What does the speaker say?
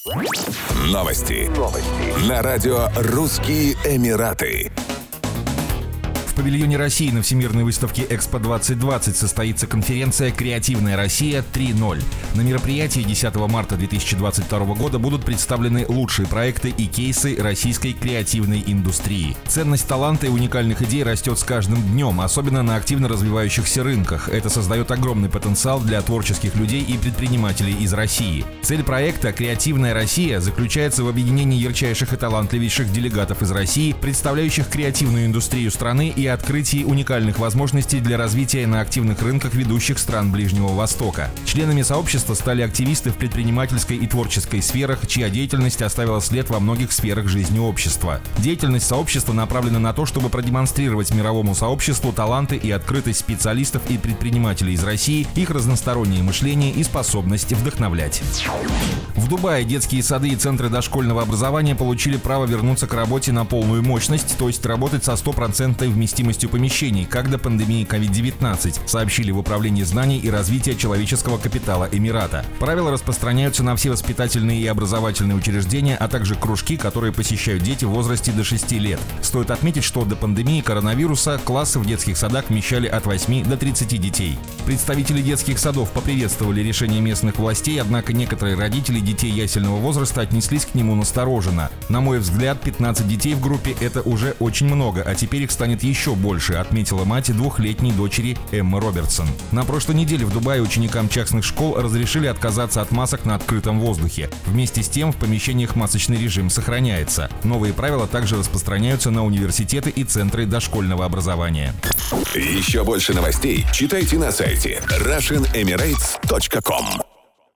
Новости. На радио «Русские Эмираты». В павильоне России на Всемирной выставке «Экспо-2020» состоится конференция «Креативная Россия 3.0». На мероприятии 10 марта 2022 года будут представлены лучшие проекты и кейсы российской креативной индустрии. Ценность таланта и уникальных идей растет с каждым днем, особенно на активно развивающихся рынках. Это создает огромный потенциал для творческих людей и предпринимателей из России. Цель проекта «Креативная Россия» заключается в объединении ярчайших и талантливейших делегатов из России, представляющих креативную индустрию страны, и открытии уникальных возможностей для развития на активных рынках ведущих стран Ближнего Востока. Членами сообщества стали активисты в предпринимательской и творческой сферах, чья деятельность оставила след во многих сферах жизни общества. Деятельность сообщества направлена на то, чтобы продемонстрировать мировому сообществу таланты и открытость специалистов и предпринимателей из России, их разностороннее мышление и способность вдохновлять. В Дубае детские сады и центры дошкольного образования получили право вернуться к работе на полную мощность, то есть работать со 100% вместимостью помещений, как до пандемии COVID-19, сообщили в Управлении знаний и развития человеческого капитала Эмирата. Правила распространяются на все воспитательные и образовательные учреждения, а также кружки, которые посещают дети в возрасте до 6 лет. Стоит отметить, что до пандемии коронавируса классы в детских садах вмещали от 8 до 30 детей. Представители детских садов поприветствовали решение местных властей, однако некоторые родители детей ясельного возраста отнеслись к нему настороженно. На мой взгляд, 15 детей в группе – это уже очень много, а теперь их станет еще больше, отметила мать двухлетней дочери Эммы Робертсон. На прошлой неделе в Дубае ученикам частных школ разрешили отказаться от масок на открытом воздухе. Вместе с тем в помещениях масочный режим сохраняется. Новые правила также распространяются на университеты и центры дошкольного образования. Еще больше новостей читайте на сайте RussianEmirates.com.